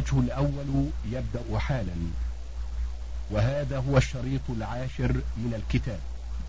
الوجه الأول يبدأ حالا، وهذا هو الشريط 10 من الكتاب.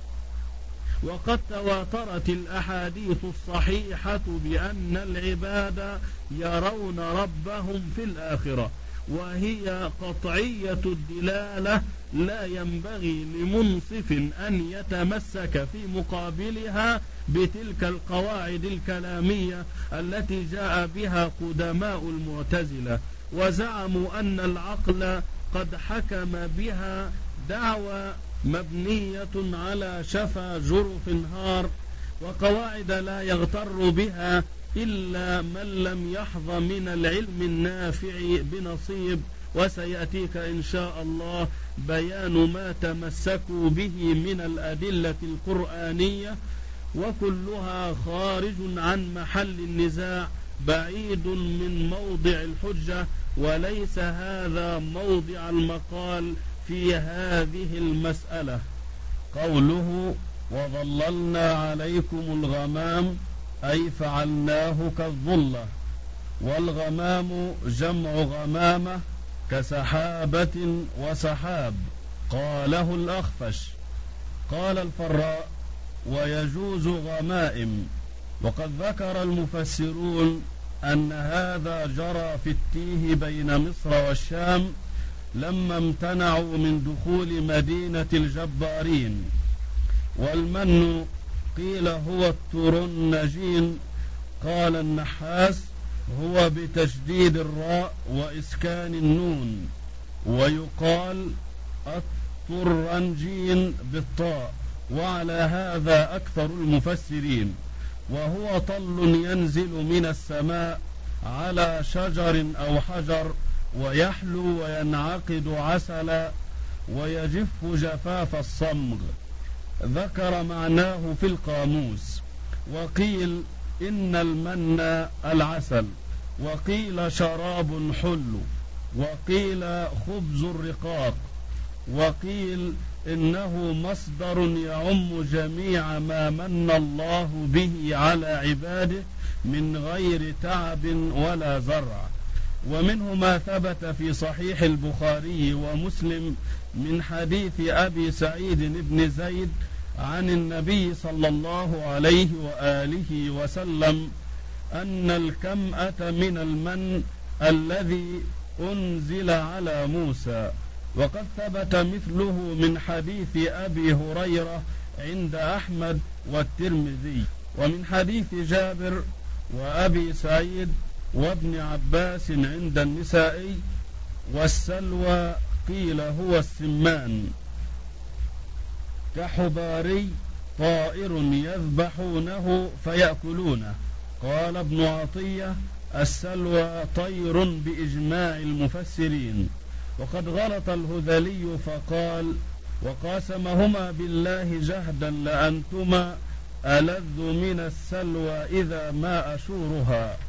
وقد تواترت الأحاديث الصحيحة بأن العباد يرون ربهم في الآخرة، وهي قطعية الدلالة، لا ينبغي لمنصف أن يتمسك في مقابلها بتلك القواعد الكلامية التي جاء بها قدماء المعتزلة، وزعموا أن العقل قد حكم بها دعوى مبنية على شفا جرف هار، وقواعد لا يغتر بها إلا من لم يحظ من العلم النافع بنصيب. وسيأتيك إن شاء الله بيان ما تمسكوا به من الأدلة القرآنية، وكلها خارج عن محل النزاع، بعيد من موضع الحجة، وليس هذا موضع المقال في هذه المسألة. قوله وظللنا عليكم الغمام أي فعلناه كالظلة، والغمام جمع غمامة كسحابة وسحاب، قاله الأخفش. قال الفراء ويجوز غمائم. وقد ذكر المفسرون أن هذا جرى في التيه بين مصر والشام لما امتنعوا من دخول مدينة الجبارين. والمن قيل هو الترنجين، قال النحاس هو بتشديد الراء وإسكان النون، ويقال الترنجين بالطاء، وعلى هذا أكثر المفسرين. وهو طل ينزل من السماء على شجر أو حجر، ويحلو وينعقد عسلا، ويجف جفاف الصمغ. ذكر معناه في القاموس. وقيل إن المن العسل، وقيل شراب حلو، وقيل خبز الرقاق، وقيل إنه مصدر يعم جميع ما من الله به على عباده من غير تعب ولا زرع. ومنه ما ثبت في صحيح البخاري ومسلم من حديث أبي سعيد بن زيد عن النبي صلى الله عليه وآله وسلم أن الكمأة من المن الذي أنزل على موسى. وقد ثبت مثله من حديث أبي هريرة عند أحمد والترمذي، ومن حديث جابر وأبي سعيد وابن عباس عند النسائي. والسلوى قيل هو السمان كحباري طائر يذبحونه فيأكلونه. قال ابن عطية السلوى طير بإجماع المفسرين. وقد غلط الهذلي فقال وقاسمهما بالله جهدا لأنتما ألذ من السلوى إذا ما أشورها.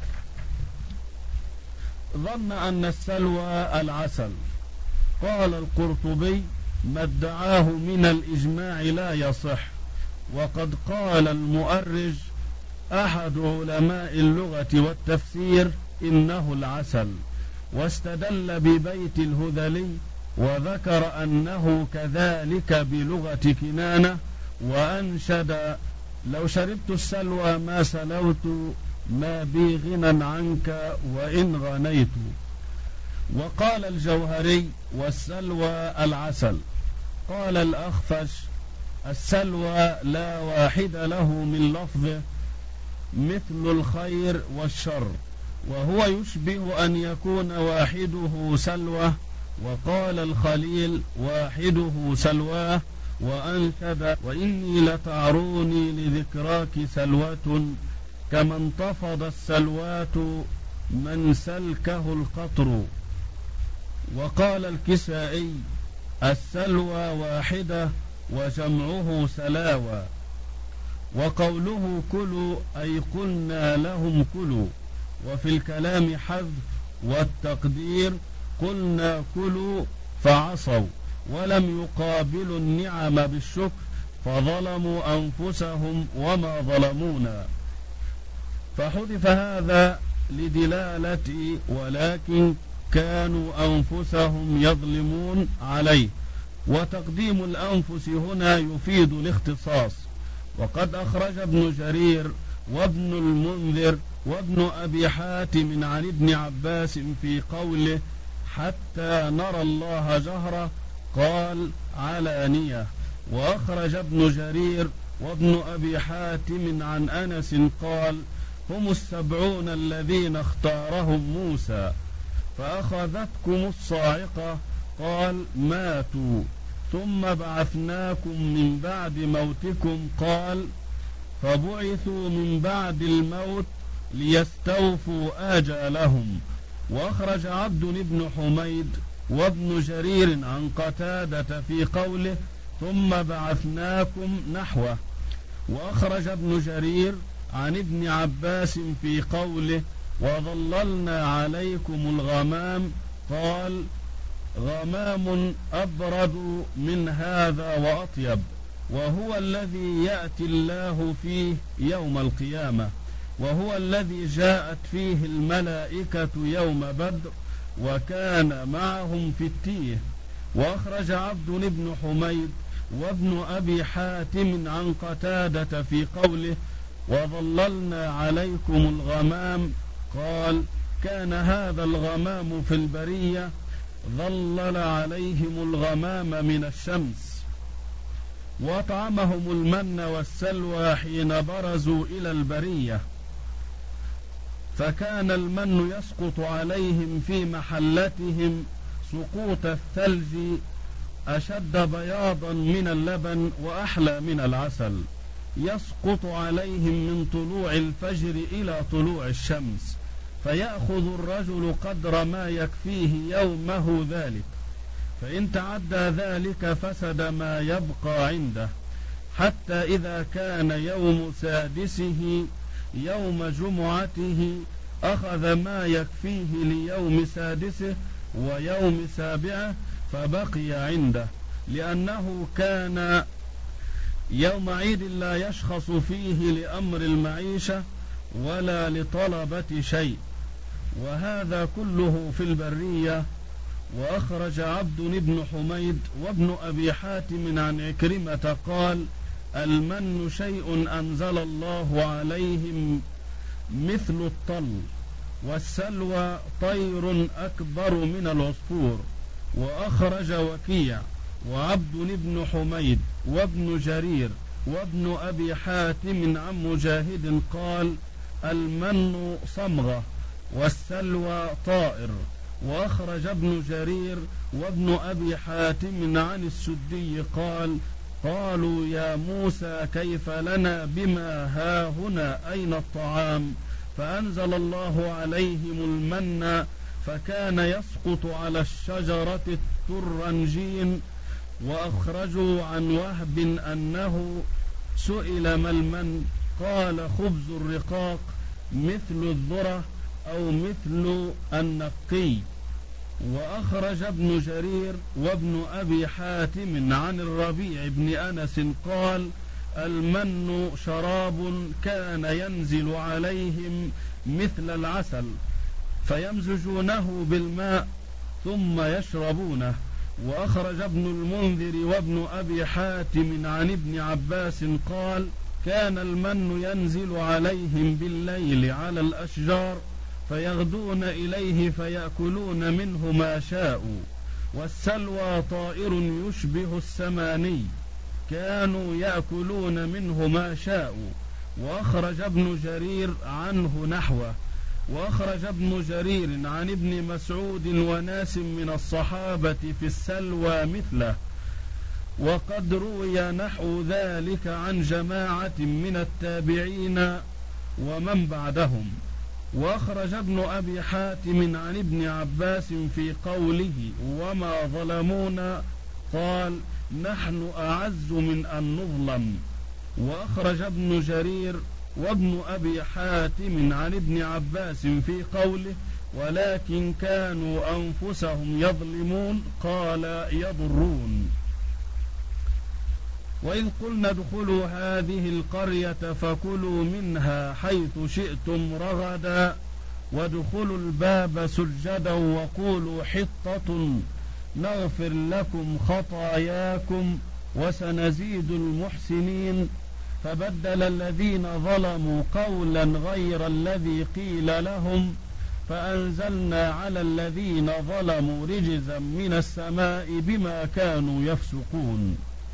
ظن أن السلوى العسل. قال القرطبي ما ادعاه من الإجماع لا يصح. وقد قال المؤرج أحد علماء اللغة والتفسير إنه العسل، واستدل ببيت الهذلي، وذكر أنه كذلك بلغة كنانة، وأنشد لو شربت السلوى ما سلوت، ما بي غنى عنك وإن غنيت. وقال الجوهري والسلوى العسل. قال الأخفش السلوى لا واحد له من لفظه مثل الخير والشر، وهو يشبه أن يكون واحده سلوى. وقال الخليل واحده سلواه، وأنشد وإني لتعروني لذكراك سلوة، كما انتفض السلوات من سلكه القطر. وقال الكسائي السلوى واحدة وجمعه سلاوى. وقوله كلوا أي قلنا لهم كلوا. وفي الكلام حذف والتقدير قلنا كلوا فعصوا، ولم يقابلوا النعم بالشكر فظلموا أنفسهم وما ظلمونا. فحذف هذا لدلالة ولكن كانوا أنفسهم يظلمون عليه. وتقديم الأنفس هنا يفيد الاختصاص. وقد أخرج ابن جرير وابن المنذر وابن أبي حاتم عن ابن عباس في قوله حتى نرى الله جهرة قال علانية. وأخرج ابن جرير وابن أبي حاتم عن أنس قال هم 70 الذين اختارهم موسى فأخذتكم الصاعقة قال ماتوا ثم بعثناكم من بعد موتكم قال فبعثوا من بعد الموت ليستوفوا آجالهم. وأخرج عبد بن حميد وابن جرير عن قتادة في قوله ثم بعثناكم نحوه. وأخرج ابن جرير عن ابن عباس في قوله وظللنا عليكم الغمام قال غمام أبرد من هذا وأطيب وهو الذي يأتي الله فيه يوم القيامة وهو الذي جاءت فيه الملائكة يوم بدر وكان معهم في التيه. وأخرج عبد بن حميد وابن أبي حاتم عن قتادة في قوله وظللنا عليكم الغمام قال كان هذا الغمام في البرية ظلل عليهم الغمام من الشمس. وأطعمهم المن والسلوى حين برزوا إلى البرية فكان المن يسقط عليهم في محلتهم سقوط الثلج أشد بياضا من اللبن وأحلى من العسل يسقط عليهم من طلوع الفجر إلى طلوع الشمس فيأخذ الرجل قدر ما يكفيه يومه ذلك فإن تعدى ذلك فسد ما يبقى عنده حتى إذا كان يوم سادسه يوم جمعته أخذ ما يكفيه ليوم سادسه ويوم سابعه فبقي عنده لأنه كان يوم عيد لا يشخص فيه لأمر المعيشة ولا لطلبة شيء وهذا كله في البرية. وأخرج عبد بن حميد وابن أبي حاتم عن عكرمة قال المن شيء أنزل الله عليهم مثل الطل والسلوى طير أكبر من العصفور. وأخرج وكيع وعبد بن حميد وابن جرير وابن أبي حاتم عن مجاهد قال المن صمغة والسلوى طائر. وأخرج ابن جرير وابن أبي حاتم عن السدي قال قالوا يا موسى كيف لنا بما هاهنا أين الطعام فأنزل الله عليهم المن فكان يسقط على الشجرة الترنجين. وأخرجوا عن وهب أنه سئل ما المن قال خبز الرقاق مثل الذرة أو مثل النقي. وأخرج ابن جرير وابن أبي حاتم عن الربيع بن أنس قال المن شراب كان ينزل عليهم مثل العسل فيمزجونه بالماء ثم يشربونه. وأخرج ابن المنذر وابن أبي حاتم عن ابن عباس قال كان المن ينزل عليهم بالليل على الأشجار فيغدون إليه فيأكلون منه ما شاءوا. والسلوى طائر يشبه السماني كانوا يأكلون منه ما شاءوا. وأخرج ابن جرير عنه نحوه. وأخرج ابن جرير عن ابن مسعود وناس من الصحابة في السلوى مثله وقد روي نحو ذلك عن جماعة من التابعين ومن بعدهم. وأخرج ابن أبي حاتم عن ابن عباس في قوله وما ظلمونا قال نحن أعز من أن نظلم. وأخرج ابن جرير وابن أبي حاتم عن ابن عباس في قوله ولكن كانوا أنفسهم يظلمون قال يضرون. وإذ قلنا ادخلوا هذه القرية فكلوا منها حيث شئتم رغدا وادخلوا الباب سجدا وقولوا حطة نغفر لكم خطاياكم وسنزيد المحسنين. فبدل الذين ظلموا قولا غير الذي قيل لهم فأنزلنا على الذين ظلموا رجزا من السماء بما كانوا يفسقون.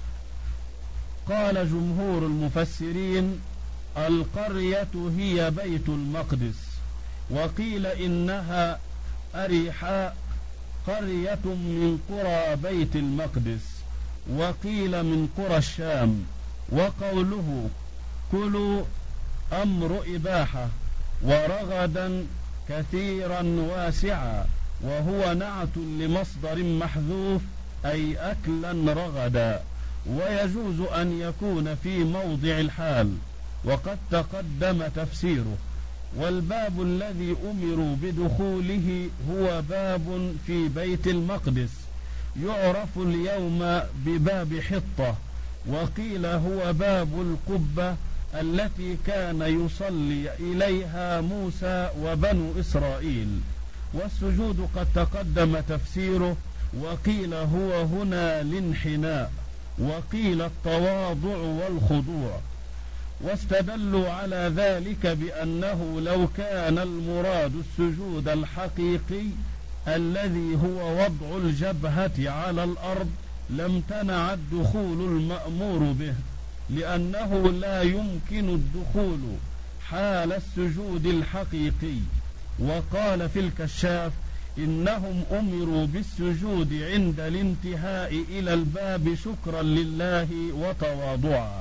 قال جمهور المفسرين: القرية هي بيت المقدس، وقيل إنها أريحاء قرية من قرى بيت المقدس، وقيل من قرى الشام. وقوله كلوا أمر إباحة، ورغدا كثيرا واسعا، وهو نعت لمصدر محذوف أي أكلا رغدا، ويجوز أن يكون في موضع الحال، وقد تقدم تفسيره. والباب الذي أمروا بدخوله هو باب في بيت المقدس، يعرف اليوم بباب حطة، وقيل هو باب القبة التي كان يصلي إليها موسى وبنو إسرائيل. والسجود قد تقدم تفسيره، وقيل هو هنا الانحناء، وقيل التواضع والخضوع. واستدلوا على ذلك بأنه لو كان المراد السجود الحقيقي الذي هو وضع الجبهة على الأرض لامتنع الدخول المأمور به، لأنه لا يمكن الدخول حال السجود الحقيقي. وقال في الكشاف: إنهم أمروا بالسجود عند الانتهاء إلى الباب شكرا لله وتواضعا.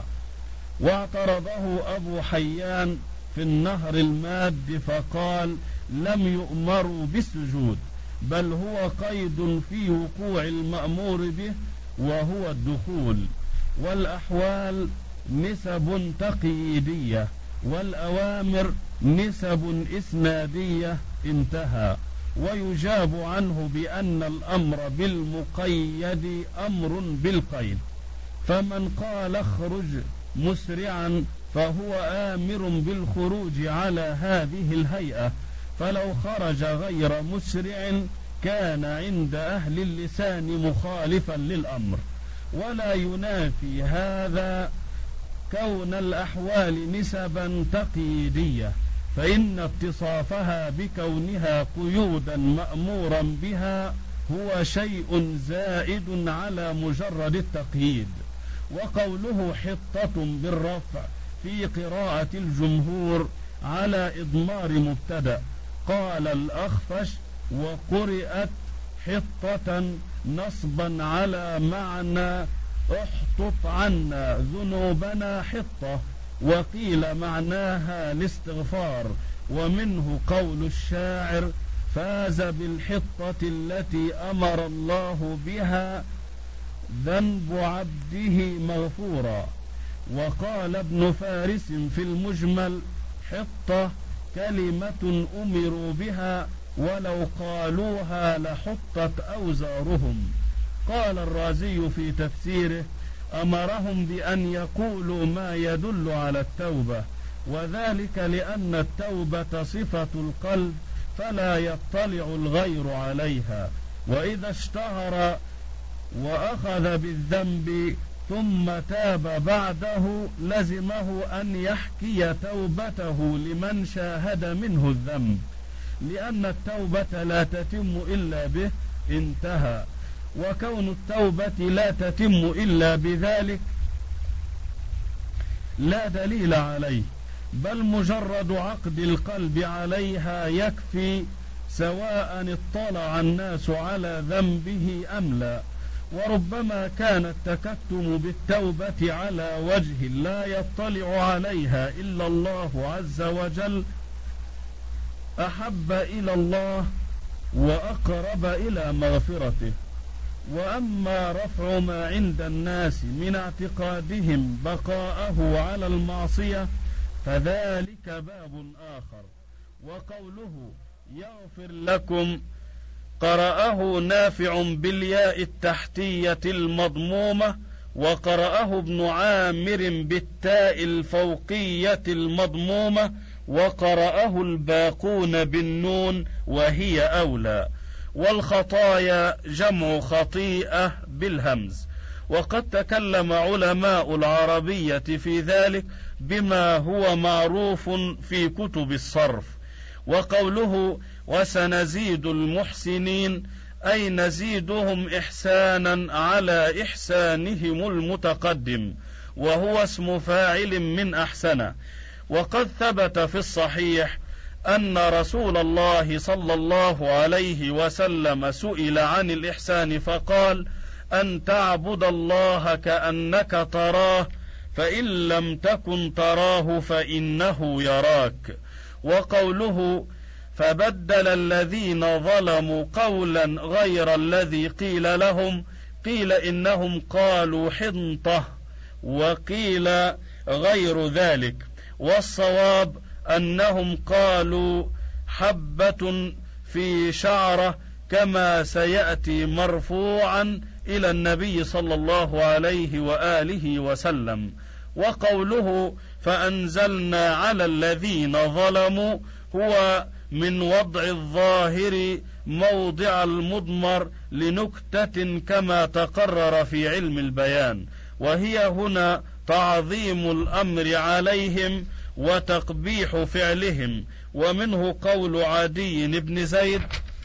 واعترضه أبو حيان في النهر الماد فقال: لم يؤمروا بالسجود، بل هو قيد في وقوع المأمور به وهو الدخول. والأحوال نسب تقييدية، والأوامر نسب إسنادية. انتهى. ويجاب عنه بأن الأمر بالمقيد أمر بالقيد، فمن قال اخرج مسرعا فهو آمر بالخروج على هذه الهيئة، فلو خرج غير مسرع كان عند أهل اللسان مخالفا للأمر. ولا ينافي هذا كون الأحوال نسبا تقييدية، فإن اتصافها بكونها قيودا مأمورا بها هو شيء زائد على مجرد التقييد. وقوله حطة بالرفع في قراءة الجمهور على إضمار مبتدأ. قال الأخفش: وقرئت حطة نصبا على معنى احطط عنا ذنوبنا حطة، وقيل معناها الاستغفار. ومنه قول الشاعر: فاز بالحطة التي أمر الله بها ذنب عبده مغفورا. وقال ابن فارس في المجمل: حطة كلمة أمروا بها، ولو قالوها لحطت أوزارهم. قال الرازي في تفسيره: أمرهم بأن يقولوا ما يدل على التوبة، وذلك لأن التوبة صفة القلب فلا يطلع الغير عليها، وإذا اشتهر وأخذ بالذنب ثم تاب بعده لزمه أن يحكي توبته لمن شاهد منه الذنب، لأن التوبة لا تتم إلا به. انتهى. وكون التوبة لا تتم إلا بذلك لا دليل عليه، بل مجرد عقد القلب عليها يكفي، سواء اطلع الناس على ذنبه أم لا. وربما كان التكتم بالتوبة على وجه لا يطلع عليها إلا الله عز وجل أحب إلى الله وأقرب إلى مغفرته. وأما رفع ما عند الناس من اعتقادهم بقاءه على المعصية فذلك باب آخر. وقوله يغفر لكم قرأه نافع بالياء التحتية المضمومة، وقرأه ابن عامر بالتاء الفوقية المضمومة، وقرأه الباقون بالنون وهي أولى. والخطايا جمع خطيئة بالهمز. وقد تكلم علماء العربية في ذلك بما هو معروف في كتب الصرف. وقوله وسنزيد المحسنين أي نزيدهم إحسانا على إحسانهم المتقدم، وهو اسم فاعل من أحسن. وقد ثبت في الصحيح أن رسول الله صلى الله عليه وسلم سئل عن الإحسان فقال أن تعبد الله كأنك تراه فإن لم تكن تراه فإنه يراك. وقوله فبدل الذين ظلموا قولا غير الذي قيل لهم، قيل إنهم قالوا حنطة وقيل غير ذلك، والصواب أنهم قالوا حبة في شعرة كما سيأتي مرفوعا إلى النبي صلى الله عليه وآله وسلم. وقوله فأنزلنا على الذين ظلموا هو من وضع الظاهر موضع المضمر لنكتة كما تقرر في علم البيان، وهي هنا تعظيم الأمر عليهم وتقبيح فعلهم. ومنه قول عدي بن زيد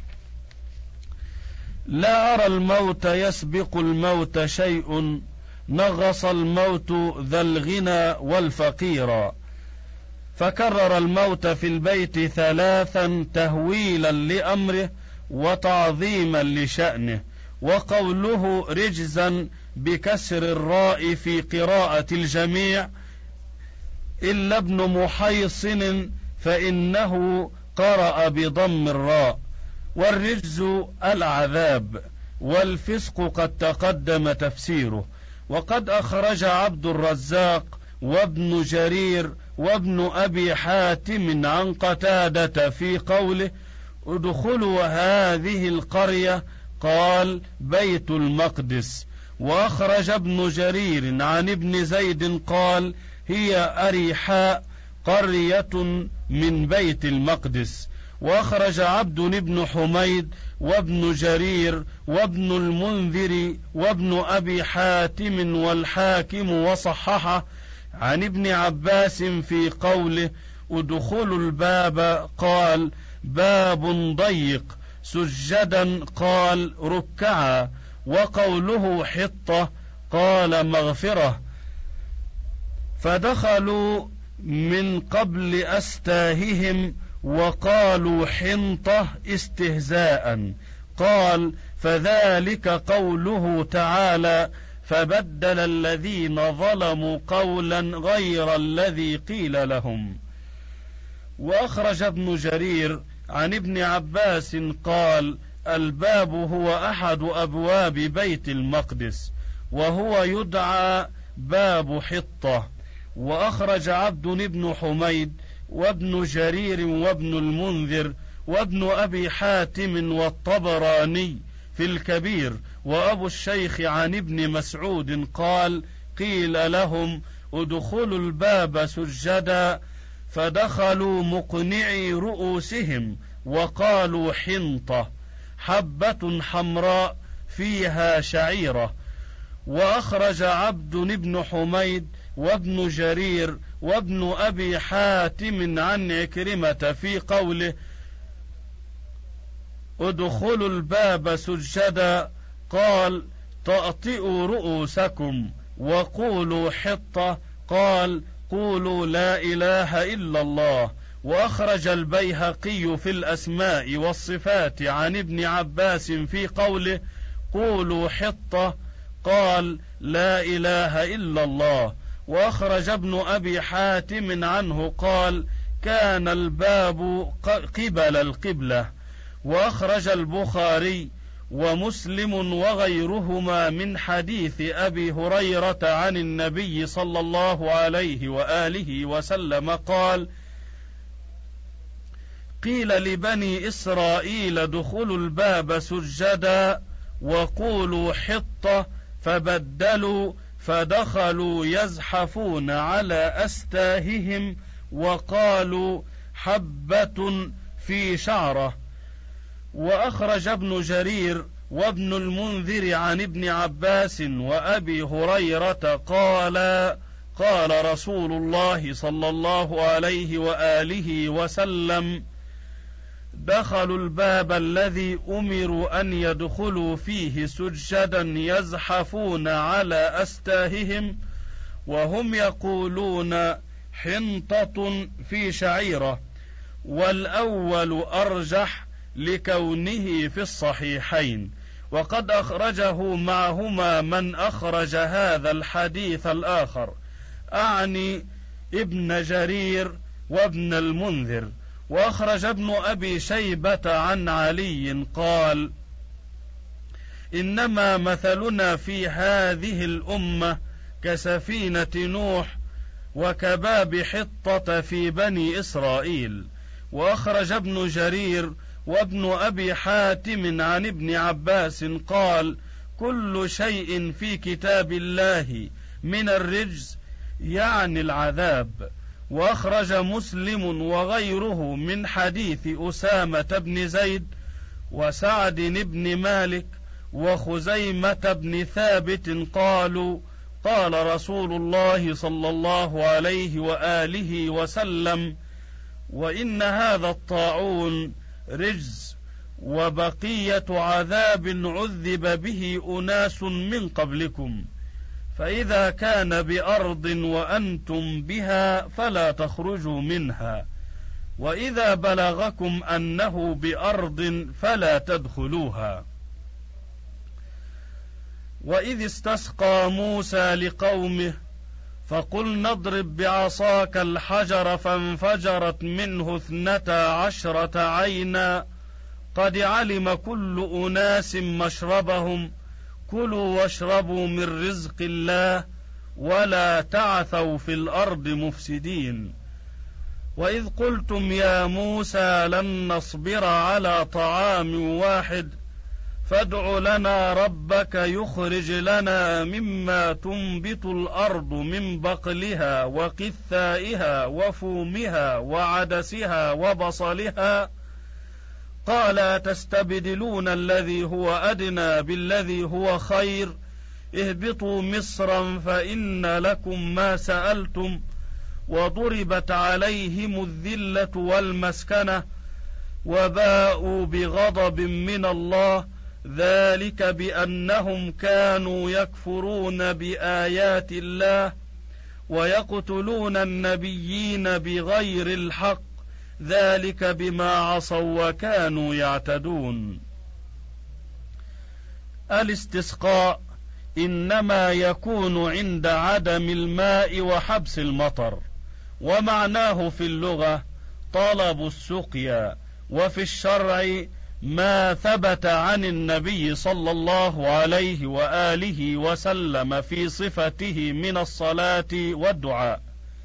لا أرى الموت يسبق الموت شيء نغص الموت ذا الغنى والفقير، فكرر الموت في البيت 3 تهويلا لأمره وتعظيما لشأنه. وقوله رجزا بكسر الراء في قراءة الجميع إلا ابن محيصن فإنه قرأ بضم الراء. والرجز العذاب، والفسق قد تقدم تفسيره. وقد أخرج عبد الرزاق وابن جرير وابن أبي حاتم عن قتادة في قوله ادخلوا هذه القرية قال بيت المقدس. وأخرج ابن جرير عن ابن زيد قال هي أريحاء قرية من بيت المقدس. وأخرج عبد بن حميد وابن جرير وابن المنذر وابن أبي حاتم والحاكم وصححه عن ابن عباس في قوله ادخلوا الباب قال باب ضيق، سجدا قال ركعا، وقوله حطة قال مغفرة. فدخلوا من قبل أستاههم وقالوا حنطة استهزاء. قال فذلك قوله تعالى فبدل الذين ظلموا قولا غير الذي قيل لهم. وأخرج ابن جرير عن ابن عباس قال الباب هو أحد أبواب بيت المقدس وهو يدعى باب حطة. وأخرج عبد بن حميد وابن جرير وابن المنذر وابن أبي حاتم والطبراني في الكبير وأبو الشيخ عن ابن مسعود قال قيل لهم ادخلوا الباب سجدا فدخلوا مقنعي رؤوسهم وقالوا حنطة حبة حمراء فيها شعيرة. وأخرج عبد بن حميد وابن جرير وابن أبي حاتم عن عكرمة في قوله ادخلوا الباب سجدا قال تأطئوا رؤوسكم وقولوا حطة قال قولوا لا إله إلا الله. وأخرج البيهقي في الأسماء والصفات عن ابن عباس في قوله قولوا حطة قال لا إله إلا الله. وأخرج ابن أبي حاتم عنه قال كان الباب قبل القبلة. وأخرج البخاري ومسلم وغيرهما من حديث أبي هريرة عن النبي صلى الله عليه وآله وسلم قال قيل لبني إسرائيل ادخلوا الباب سجدا وقولوا حطة فبدلوا فدخلوا يزحفون على أستاههم وقالوا حبة في شعرة. وأخرج ابن جرير وابن المنذر عن ابن عباس وأبي هريرة قال رسول الله صلى الله عليه وآله وسلم: دخلوا الباب الذي أمروا أن يدخلوا فيه سجدا يزحفون على أستاههم وهم يقولون حنطة في شعيرة، والأول أرجح لكونه في الصحيحين، وقد أخرجه معهما من أخرج هذا الحديث الآخر، أعني ابن جرير وابن المنذر. وأخرج ابن أبي شيبة عن علي قال: إنما مثلنا في هذه الأمة كسفينة نوح وكباب حطة في بني إسرائيل. وأخرج ابن جرير وابن أبي حاتم عن ابن عباس قال: كل شيء في كتاب الله من الرجز يعني العذاب. وأخرج مسلم وغيره من حديث أسامة بن زيد وسعد بن مالك وخزيمة بن ثابت قالوا: قال رسول الله صلى الله عليه وآله وسلم: وإن هذا الطاعون رجز وبقية عذاب عذب به أناس من قبلكم، فإذا كان بأرض وأنتم بها فلا تخرجوا منها، وإذا بلغكم أنه بأرض فلا تدخلوها. وإذ استسقى موسى لقومه فقل نضرب بعصاك الحجر فانفجرت منه 12 عينا قد علم كل أناس مشربهم كلوا واشربوا من رزق الله ولا تعثوا في الأرض مفسدين. وإذ قلتم يا موسى لن نصبر على طعام واحد فادع لنا ربك يخرج لنا مما تنبت الأرض من بقلها وقثائها وفومها وعدسها وبصلها قال تستبدلون الذي هو أدنى بالذي هو خير اهبطوا مصرا فإن لكم ما سألتم وضربت عليهم الذلة والمسكنة وباءوا بغضب من الله ذلك بأنهم كانوا يكفرون بآيات الله ويقتلون النبيين بغير الحق ذلك بما عصوا وكانوا يعتدون. الاستسقاء إنما يكون عند عدم الماء وحبس المطر، ومعناه في اللغة طلب السقيا، وفي الشرع ما ثبت عن النبي صلى الله عليه وآله وسلم في صفته من الصلاة والدعاء.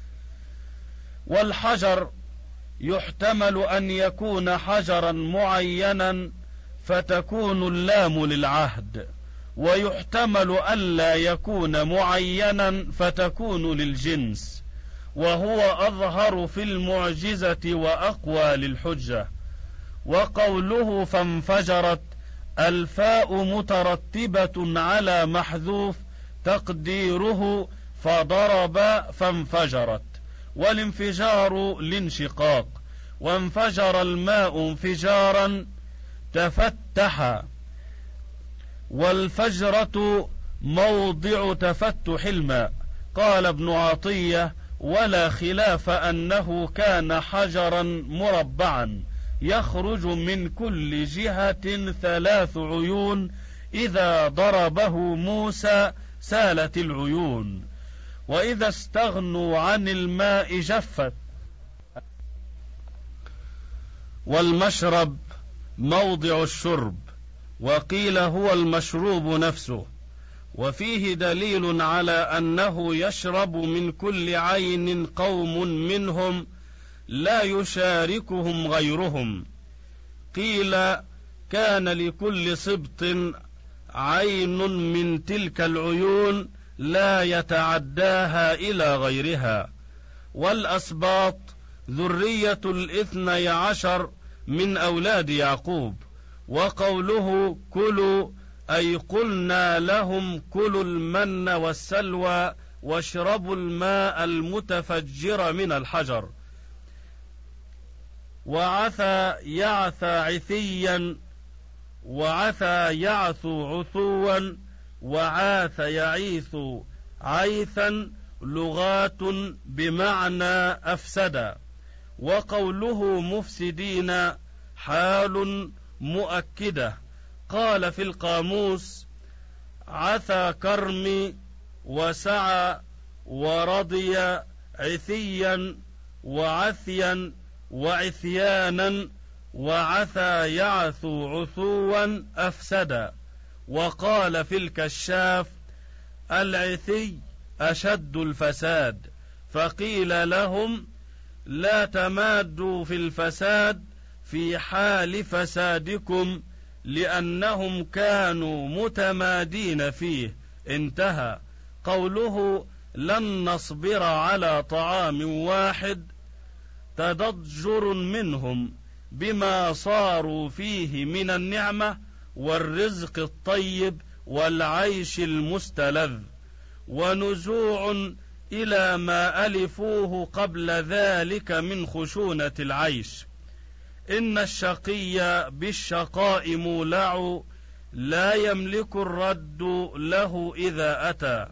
والحجر يحتمل أن يكون حجرا معينا فتكون اللام للعهد، ويحتمل ألا يكون معينا فتكون للجنس، وهو أظهر في المعجزة وأقوى للحجة. وقوله فانفجرت الفاء مترتبة على محذوف تقديره فضرب فانفجرت، والانفجار الانشقاق، وانفجر الماء انفجارا تفتح، والفجرة موضع تفتح الماء. قال ابن عطية ولا خلاف أنه كان حجرا مربعا يخرج من كل جهة 3 عيون إذا ضربه موسى سالت العيون، وإذا استغنوا عن الماء جفت. والمشرب موضع الشرب، وقيل هو المشروب نفسه، وفيه دليل على أنه يشرب من كل عين قوم منهم لا يشاركهم غيرهم. قيل كان لكل سبط عين من تلك العيون لا يتعداها إلى غيرها. والأسباط ذرية 12 من أولاد يعقوب. وقوله كلوا أي قلنا لهم كلوا المن والسلوى واشربوا الماء المتفجر من الحجر. وعثى يعثى عثيا، وعثى يعثو عثوا، وعاث يعيث عيثا، لغات بمعنى أفسد. وقوله مفسدين حال مؤكدة. قال في القاموس عثى كرمي، وسعى، ورضي، عثيا، وعثيا، وعثيانا، وعثى يعثو عثوا أفسدا. وقال في الكشاف العثي أشد الفساد، فقيل لهم لا تمادوا في الفساد في حال فسادكم، لأنهم كانوا متمادين فيه. انتهى. قوله لن نصبر على طعام واحد تضجر منهم بما صاروا فيه من النعمة والرزق الطيب والعيش المستلذ، ونزوع إلى ما ألفوه قبل ذلك من خشونة العيش. إن الشقي بالشقاء مولع، لا يملك الرد له إذا أتى.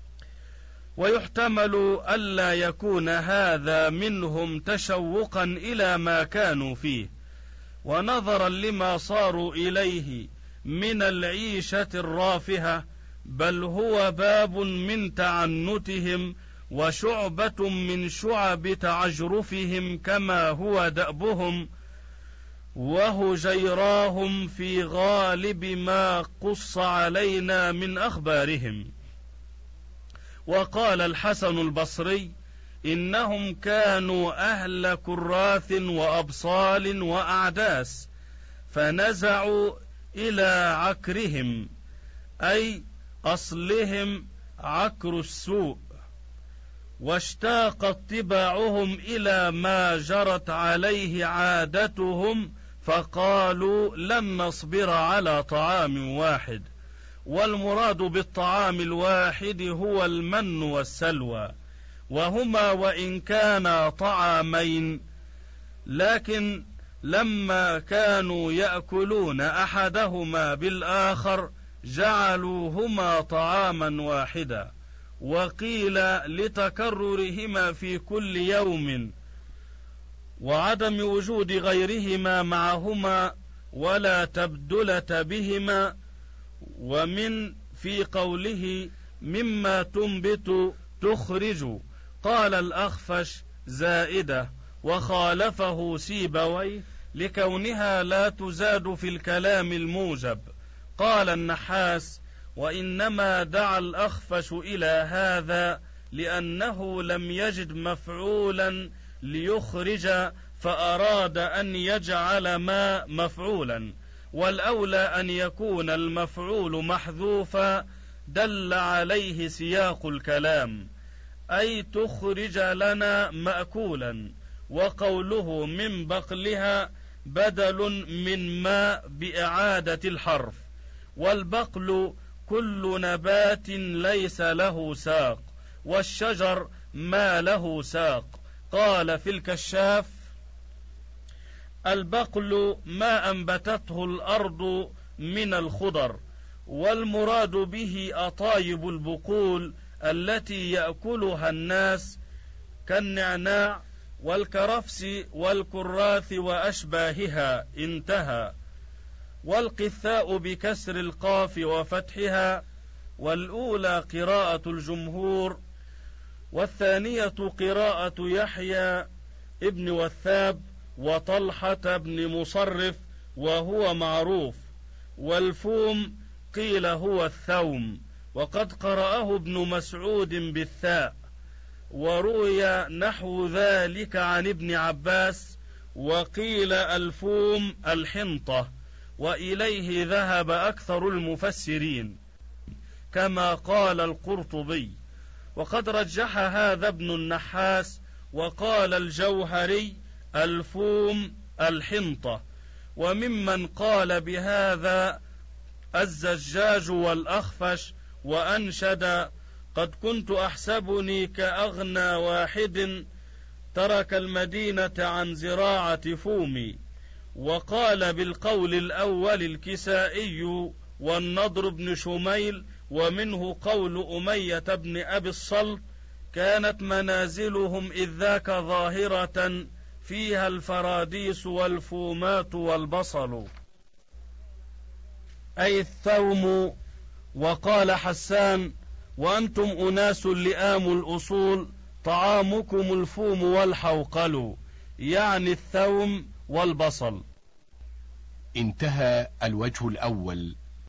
ويحتمل ألا يكون هذا منهم تشوقا إلى ما كانوا فيه، ونظرا لما صاروا إليه من العيشة الرافهة، بل هو باب من تعنتهم وشعبة من شعب تعجرفهم، كما هو دأبهم وهجيراهم في غالب ما قص علينا من أخبارهم. وقال الحسن البصري إنهم كانوا أهل كراث وأبصال وأعداس، فنزعوا إلى عكرهم، أي أصلهم عكر السوء، واشتاقت طباعهم إلى ما جرت عليه عادتهم، فقالوا لن نصبر على طعام واحد. والمراد بالطعام الواحد هو المن والسلوى، وهما وإن كانا طعامين، لكن لما كانوا يأكلون أحدهما بالآخر جعلوهما طعاما واحدا. وقيل لتكررهما في كل يوم وعدم وجود غيرهما معهما ولا تبدلة بهما. ومن في قوله مما تنبت تخرج، قال الأخفش زائدة، وخالفه سيبويه لكونها لا تزاد في الكلام الموجب. قال النحاس وإنما دعا الأخفش إلى هذا لأنه لم يجد مفعولا ليخرج، فأراد أن يجعل ما مفعولا، والأولى أن يكون المفعول محذوفا دل عليه سياق الكلام، أي تخرج لنا مأكولا. وقوله من بقلها بدل من ما بإعادة الحرف. والبقل كل نبات ليس له ساق، والشجر ما له ساق. قال في الكشاف البقل ما أنبتته الأرض من الخضر، والمراد به أطايب البقول التي يأكلها الناس كالنعناع والكرفس والكراث وأشباهها. انتهى. والقثاء بكسر القاف وفتحها، والأولى قراءة الجمهور، والثانية قراءة يحيى ابن وثاب وطلحة بن مصرف، وهو معروف. والفوم قيل هو الثوم، وقد قرأه ابن مسعود بالثاء، وروي نحو ذلك عن ابن عباس. وقيل الفوم الحنطة، وإليه ذهب أكثر المفسرين كما قال القرطبي. وقد رجح هذا ابن النحاس وقال الجوهري الفوم الحنطة. وممن قال بهذا الزجاج والأخفش، وأنشد: قد كنت أحسبني كأغنى واحد ترك المدينة عن زراعة فومي. وقال بالقول الأول الكسائي والنضر بن شميل، ومنه قول أمية بن أبي الصلت: كانت منازلهم إذ ذاك ظاهرة فيها الفراديس والفومات والبصل، أي الثوم. وقال حسان: وأنتم أناس لئام الأصول، طعامكم الفوم والحوقل، يعني الثوم والبصل. انتهى الوجه الأول.